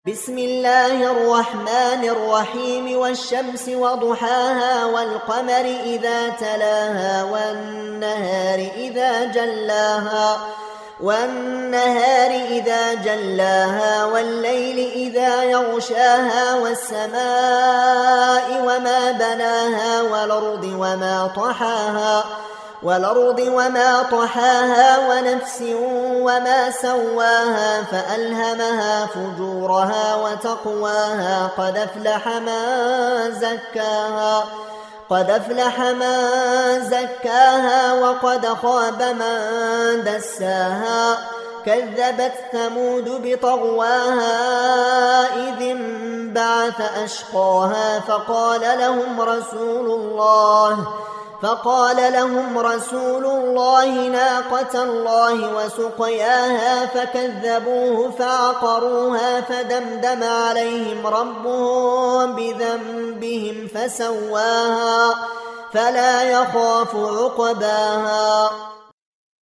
بسم الله الرحمن الرحيم والشمس وضحاها والقمر إذا تلاها والنهار إذا جلاها والليل إذا يغشاها والسماء وما بناها والأرض وما طحاها ونفس وما سواها فألهمها فجورها وتقواها قد أفلح من زكاها وقد خاب من دساها كذبت ثمود بطغواها إذ انبعث أشقاها فقال لهم رسول الله ناقة الله وسقياها فكذبوه فعقروها فدمدم عليهم ربهم بذنبهم فسواها فلا يخاف عقباها.